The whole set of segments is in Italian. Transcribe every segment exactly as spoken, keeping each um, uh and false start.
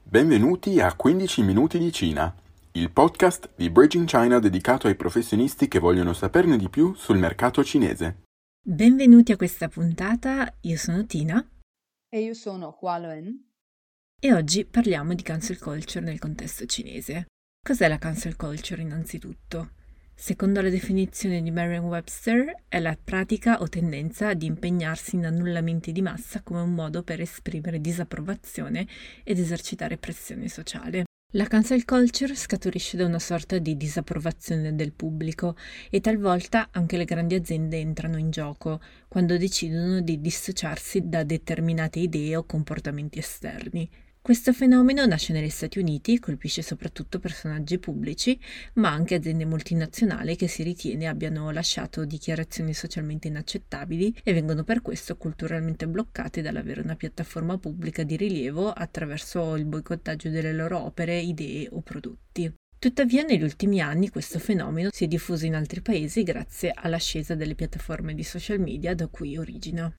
Benvenuti a quindici minuti di Cina, il podcast di Bridging China dedicato ai professionisti che vogliono saperne di più sul mercato cinese. Benvenuti a questa puntata, io sono Tina E io sono Hua Luen. e oggi parliamo di cancel culture nel contesto cinese. Cos'è la cancel culture innanzitutto? Secondo la definizione di Merriam-Webster è la pratica o tendenza di impegnarsi in annullamenti di massa come un modo per esprimere disapprovazione ed esercitare pressione sociale. La cancel culture scaturisce da una sorta di disapprovazione del pubblico e talvolta anche le grandi aziende entrano in gioco quando decidono di dissociarsi da determinate idee o comportamenti esterni. Questo fenomeno nasce negli Stati Uniti e colpisce soprattutto personaggi pubblici, ma anche aziende multinazionali che si ritiene abbiano lasciato dichiarazioni socialmente inaccettabili e vengono per questo culturalmente bloccate dall'avere una piattaforma pubblica di rilievo attraverso il boicottaggio delle loro opere, idee o prodotti. Tuttavia, negli ultimi anni questo fenomeno si è diffuso in altri paesi grazie all'ascesa delle piattaforme di social media da cui origina.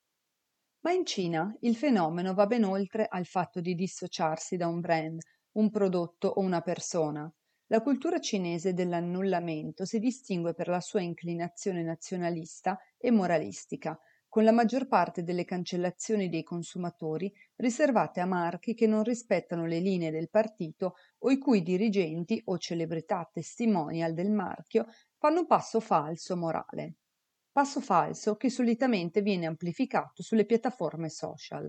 Ma in Cina il fenomeno va ben oltre al fatto di dissociarsi da un brand, un prodotto o una persona. La cultura cinese dell'annullamento si distingue per la sua inclinazione nazionalista e moralistica, con la maggior parte delle cancellazioni dei consumatori riservate a marchi che non rispettano le linee del partito o i cui dirigenti o celebrità testimonial del marchio fanno un passo falso morale. Passo falso che solitamente viene amplificato sulle piattaforme social.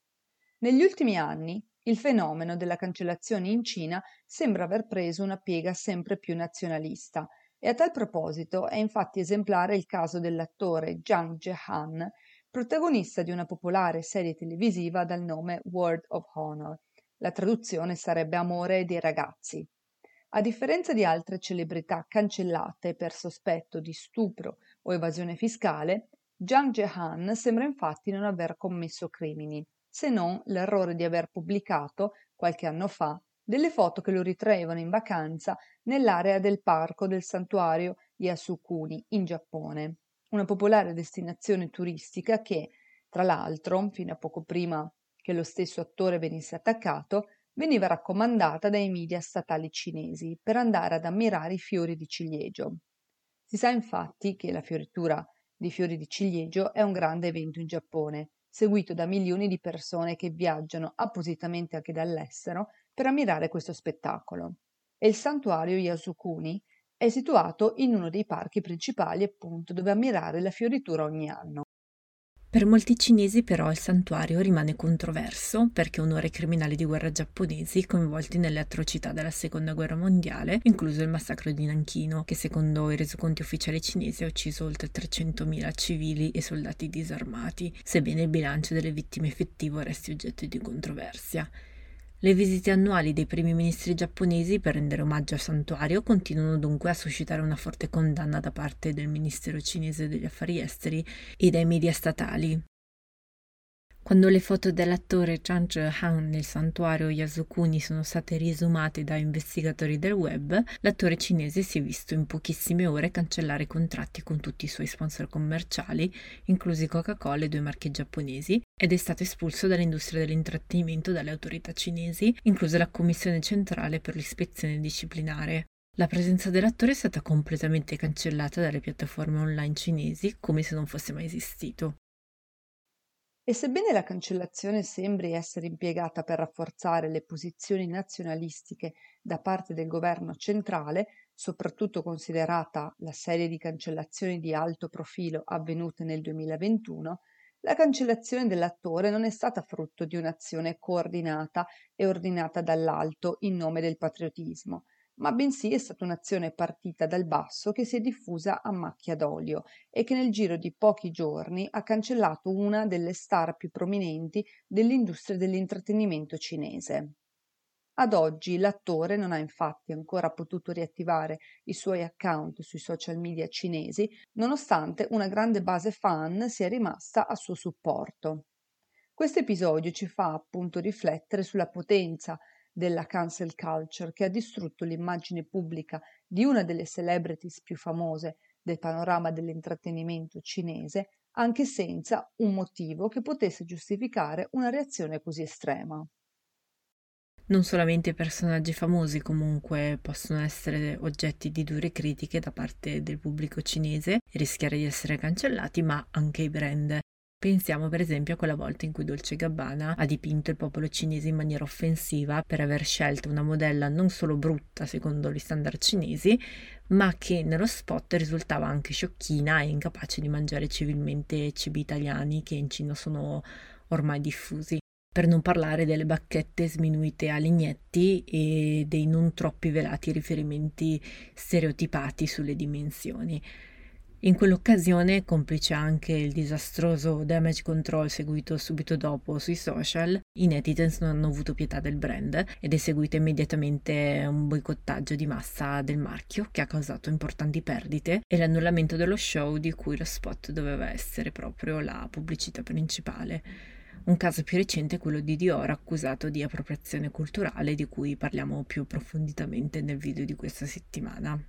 Negli ultimi anni, il fenomeno della cancellazione in Cina sembra aver preso una piega sempre più nazionalista e a tal proposito è infatti esemplare il caso dell'attore Zhang Zehan, protagonista di una popolare serie televisiva dal nome World of Honor. La traduzione sarebbe Amore dei ragazzi. A differenza di altre celebrità cancellate per sospetto di stupro o evasione fiscale, Zhang Zehan sembra infatti non aver commesso crimini, se non l'errore di aver pubblicato, qualche anno fa, delle foto che lo ritraevano in vacanza nell'area del parco del santuario Yasukuni in Giappone, una popolare destinazione turistica che, tra l'altro, fino a poco prima che lo stesso attore venisse attaccato, veniva raccomandata dai media statali cinesi per andare ad ammirare i fiori di ciliegio. Si sa infatti che la fioritura di fiori di ciliegio è un grande evento in Giappone, seguito da milioni di persone che viaggiano appositamente anche dall'estero per ammirare questo spettacolo. E il santuario Yasukuni è situato in uno dei parchi principali, appunto, dove ammirare la fioritura ogni anno. Per molti cinesi però il santuario rimane controverso perché onora i criminali di guerra giapponesi coinvolti nelle atrocità della seconda guerra mondiale, incluso il massacro di Nanchino, che secondo i resoconti ufficiali cinesi ha ucciso oltre trecentomila civili e soldati disarmati, sebbene il bilancio delle vittime effettivo resti oggetto di controversia. Le visite annuali dei primi ministri giapponesi per rendere omaggio al santuario continuano dunque a suscitare una forte condanna da parte del Ministero cinese degli Affari Esteri e dai media statali. Quando le foto dell'attore Zhang Zehan nel santuario Yasukuni sono state riesumate da investigatori del web, l'attore cinese si è visto in pochissime ore cancellare i contratti con tutti i suoi sponsor commerciali, inclusi Coca-Cola e due marche giapponesi, ed è stato espulso dall'industria dell'intrattenimento dalle autorità cinesi, inclusa la Commissione centrale per l'ispezione disciplinare. La presenza dell'attore è stata completamente cancellata dalle piattaforme online cinesi, come se non fosse mai esistito. E sebbene la cancellazione sembri essere impiegata per rafforzare le posizioni nazionalistiche da parte del governo centrale, soprattutto considerata la serie di cancellazioni di alto profilo avvenute nel duemilaventuno, la cancellazione dell'attore non è stata frutto di un'azione coordinata e ordinata dall'alto in nome del patriottismo, ma bensì è stata un'azione partita dal basso che si è diffusa a macchia d'olio e che nel giro di pochi giorni ha cancellato una delle star più prominenti dell'industria dell'intrattenimento cinese. Ad oggi l'attore non ha infatti ancora potuto riattivare i suoi account sui social media cinesi, nonostante una grande base fan sia rimasta a suo supporto. Questo episodio ci fa appunto riflettere sulla potenza della cancel culture che ha distrutto l'immagine pubblica di una delle celebrities più famose del panorama dell'intrattenimento cinese, anche senza un motivo che potesse giustificare una reazione così estrema. Non solamente i personaggi famosi comunque possono essere oggetti di dure critiche da parte del pubblico cinese e rischiare di essere cancellati, ma anche i brand. Pensiamo per esempio a quella volta in cui Dolce Gabbana ha dipinto il popolo cinese in maniera offensiva per aver scelto una modella non solo brutta secondo gli standard cinesi, ma che nello spot risultava anche sciocchina e incapace di mangiare civilmente cibi italiani che in Cina sono ormai diffusi. Per non parlare delle bacchette sminuite a legnetti e dei non troppi velati riferimenti stereotipati sulle dimensioni. In quell'occasione, complice anche il disastroso damage control seguito subito dopo sui social, i netizens non hanno avuto pietà del brand ed è seguito immediatamente un boicottaggio di massa del marchio che ha causato importanti perdite e l'annullamento dello show di cui lo spot doveva essere proprio la pubblicità principale. Un caso più recente è quello di Dior accusato di appropriazione culturale, di cui parliamo più approfonditamente nel video di questa settimana.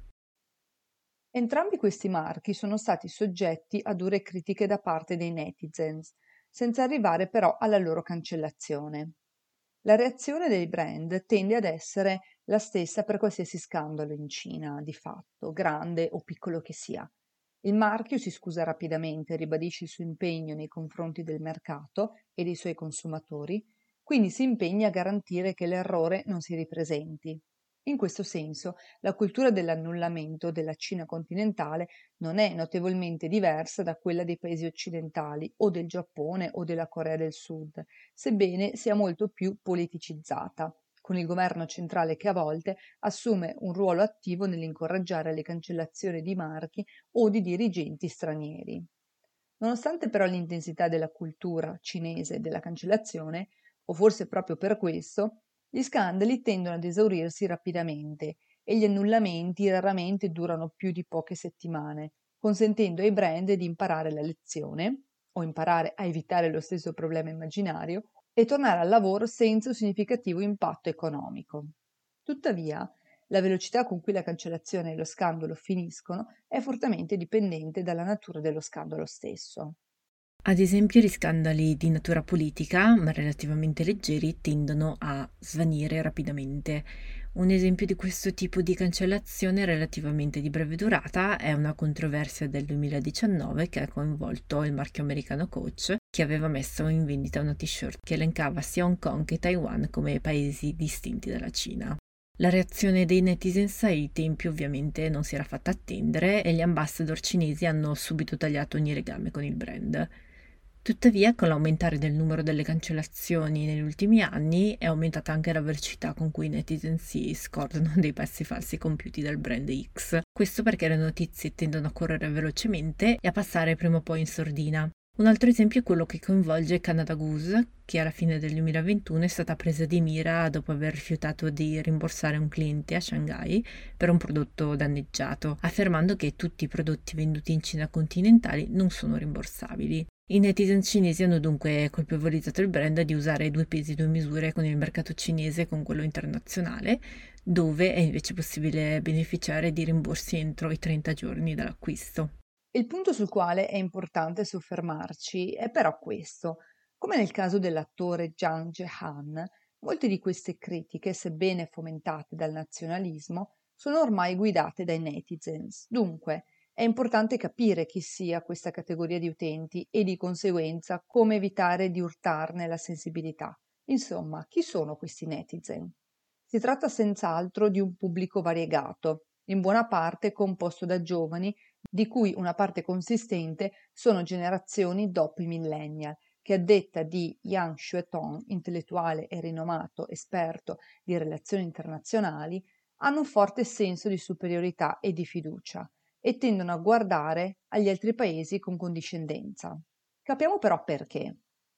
Entrambi questi marchi sono stati soggetti a dure critiche da parte dei netizens, senza arrivare però alla loro cancellazione. La reazione dei brand tende ad essere la stessa per qualsiasi scandalo in Cina, di fatto, grande o piccolo che sia. Il marchio si scusa rapidamente, ribadisce il suo impegno nei confronti del mercato e dei suoi consumatori, quindi si impegna a garantire che l'errore non si ripresenti. In questo senso, la cultura dell'annullamento della Cina continentale non è notevolmente diversa da quella dei paesi occidentali o del Giappone o della Corea del Sud, sebbene sia molto più politicizzata, con il governo centrale che a volte assume un ruolo attivo nell'incoraggiare le cancellazioni di marchi o di dirigenti stranieri. Nonostante però l'intensità della cultura cinese della cancellazione, o forse proprio per questo, gli scandali tendono ad esaurirsi rapidamente e gli annullamenti raramente durano più di poche settimane, consentendo ai brand di imparare la lezione o imparare a evitare lo stesso problema immaginario e tornare al lavoro senza un significativo impatto economico. Tuttavia, la velocità con cui la cancellazione e lo scandalo finiscono è fortemente dipendente dalla natura dello scandalo stesso. Ad esempio, gli scandali di natura politica, ma relativamente leggeri, tendono a svanire rapidamente. Un esempio di questo tipo di cancellazione relativamente di breve durata è una controversia del duemiladiciannove che ha coinvolto il marchio americano Coach, che aveva messo in vendita una t-shirt che elencava sia Hong Kong che Taiwan come paesi distinti dalla Cina. La reazione dei netizens ai tempi ovviamente non si era fatta attendere e gli ambassador cinesi hanno subito tagliato ogni legame con il brand. Tuttavia, con l'aumentare del numero delle cancellazioni negli ultimi anni, è aumentata anche la velocità con cui i netizen si scordano dei pezzi falsi compiuti dal brand X. Questo perché le notizie tendono a correre velocemente e a passare prima o poi in sordina. Un altro esempio è quello che coinvolge Canada Goose, che alla fine del duemilaventuno è stata presa di mira dopo aver rifiutato di rimborsare un cliente a Shanghai per un prodotto danneggiato, affermando che tutti i prodotti venduti in Cina continentale non sono rimborsabili. I netizen cinesi hanno dunque colpevolizzato il brand di usare due pesi e due misure con il mercato cinese e con quello internazionale, dove è invece possibile beneficiare di rimborsi entro i trenta giorni dall'acquisto. Il punto sul quale è importante soffermarci è però questo. Come nel caso dell'attore Zhang Zehan, molte di queste critiche, sebbene fomentate dal nazionalismo, sono ormai guidate dai netizens. Dunque, è importante capire chi sia questa categoria di utenti e di conseguenza come evitare di urtarne la sensibilità. Insomma, chi sono questi netizen? Si tratta senz'altro di un pubblico variegato, in buona parte composto da giovani, di cui una parte consistente sono generazioni dopo i millennial, che a detta di Yang Xuetong, intellettuale e rinomato esperto di relazioni internazionali, hanno un forte senso di superiorità e di fiducia e tendono a guardare agli altri paesi con condiscendenza. Capiamo però perché.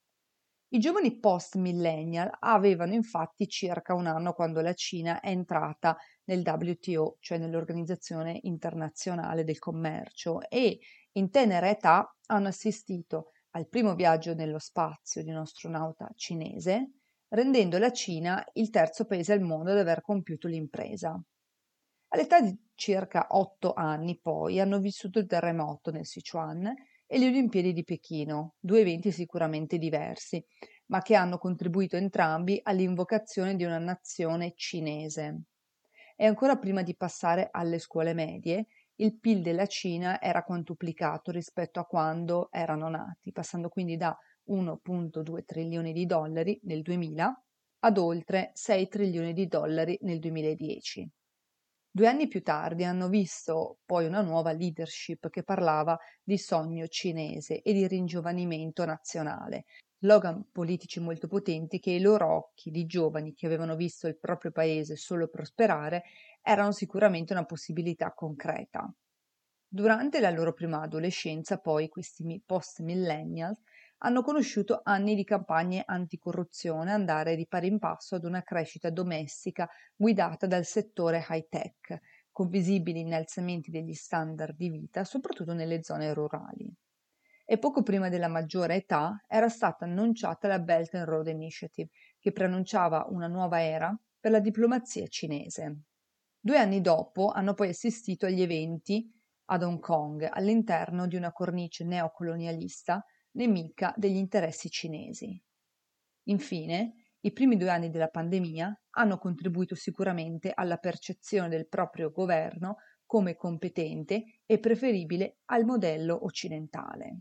I giovani post-millennial avevano infatti circa un anno quando la Cina è entrata nel W T O, cioè nell'Organizzazione Internazionale del Commercio, e in tenera età hanno assistito al primo viaggio nello spazio di un astronauta cinese, rendendo la Cina il terzo paese al mondo ad aver compiuto l'impresa. All'età di circa otto anni poi hanno vissuto il terremoto nel Sichuan e le Olimpiadi di Pechino, due eventi sicuramente diversi, ma che hanno contribuito entrambi all'invocazione di una nazione cinese. E ancora prima di passare alle scuole medie, il P I L della Cina era quantuplicato rispetto a quando erano nati, passando quindi da uno virgola due trilioni di dollari nel duemila ad oltre sei trilioni di dollari nel duemiladieci. Due anni più tardi hanno visto poi una nuova leadership che parlava di sogno cinese e di ringiovanimento nazionale, slogan politici molto potenti che ai loro occhi di giovani che avevano visto il proprio paese solo prosperare erano sicuramente una possibilità concreta. Durante la loro prima adolescenza, poi, questi post-millennials hanno conosciuto anni di campagne anticorruzione andare di pari in passo ad una crescita domestica guidata dal settore high-tech, con visibili innalzamenti degli standard di vita, soprattutto nelle zone rurali. E poco prima della maggiore età era stata annunciata la Belt and Road Initiative, che preannunciava una nuova era per la diplomazia cinese. Due anni dopo hanno poi assistito agli eventi ad Hong Kong all'interno di una cornice neocolonialista nemica degli interessi cinesi. Infine, i primi due anni della pandemia hanno contribuito sicuramente alla percezione del proprio governo come competente e preferibile al modello occidentale.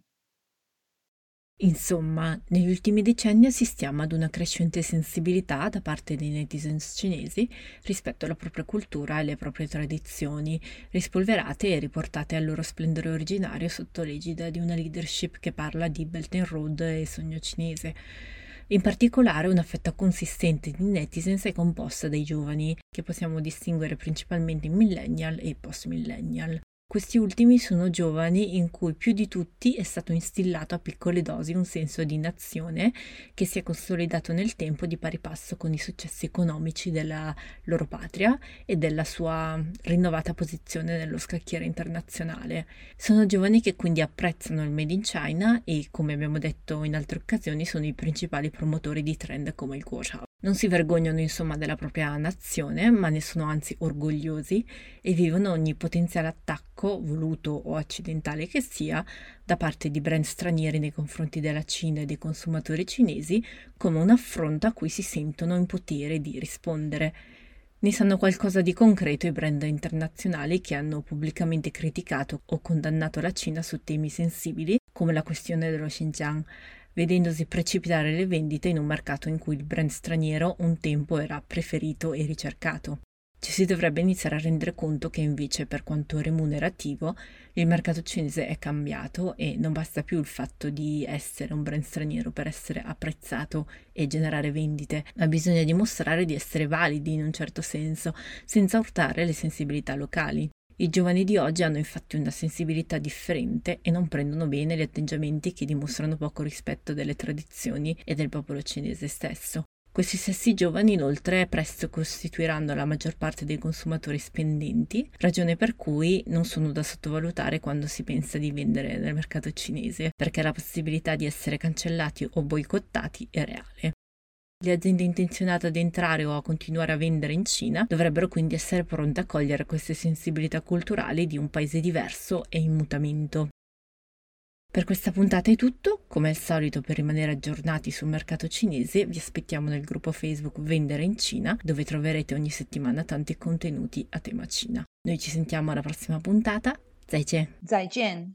Insomma, negli ultimi decenni assistiamo ad una crescente sensibilità da parte dei netizens cinesi rispetto alla propria cultura e alle proprie tradizioni, rispolverate e riportate al loro splendore originario sotto l'egida di una leadership che parla di Belt and Road e sogno cinese. In particolare, una fetta consistente di netizens è composta dai giovani, che possiamo distinguere principalmente in millennial e post-millennial. Questi ultimi sono giovani in cui più di tutti è stato instillato a piccole dosi un senso di nazione che si è consolidato nel tempo di pari passo con i successi economici della loro patria e della sua rinnovata posizione nello scacchiere internazionale. Sono giovani che quindi apprezzano il Made in China e, come abbiamo detto in altre occasioni, sono i principali promotori di trend come il Guoshao. Non si vergognano insomma della propria nazione, ma ne sono anzi orgogliosi e vivono ogni potenziale attacco, voluto o accidentale che sia, da parte di brand stranieri nei confronti della Cina e dei consumatori cinesi, come un affronto a cui si sentono in potere di rispondere. Ne sanno qualcosa di concreto i brand internazionali che hanno pubblicamente criticato o condannato la Cina su temi sensibili, come la questione dello Xinjiang, vedendosi precipitare le vendite in un mercato in cui il brand straniero un tempo era preferito e ricercato. Ci si dovrebbe iniziare a rendere conto che invece, per quanto remunerativo, il mercato cinese è cambiato e non basta più il fatto di essere un brand straniero per essere apprezzato e generare vendite, ma bisogna dimostrare di essere validi in un certo senso, senza urtare le sensibilità locali. I giovani di oggi hanno infatti una sensibilità differente e non prendono bene gli atteggiamenti che dimostrano poco rispetto delle tradizioni e del popolo cinese stesso. Questi stessi giovani inoltre presto costituiranno la maggior parte dei consumatori spendenti, ragione per cui non sono da sottovalutare quando si pensa di vendere nel mercato cinese, perché la possibilità di essere cancellati o boicottati è reale. Le aziende intenzionate ad entrare o a continuare a vendere in Cina dovrebbero quindi essere pronte a cogliere queste sensibilità culturali di un paese diverso e in mutamento. Per questa puntata è tutto. Come al solito, per rimanere aggiornati sul mercato cinese, vi aspettiamo nel gruppo Facebook Vendere in Cina, dove troverete ogni settimana tanti contenuti a tema Cina. Noi ci sentiamo alla prossima puntata. Zaijian! Zaijian!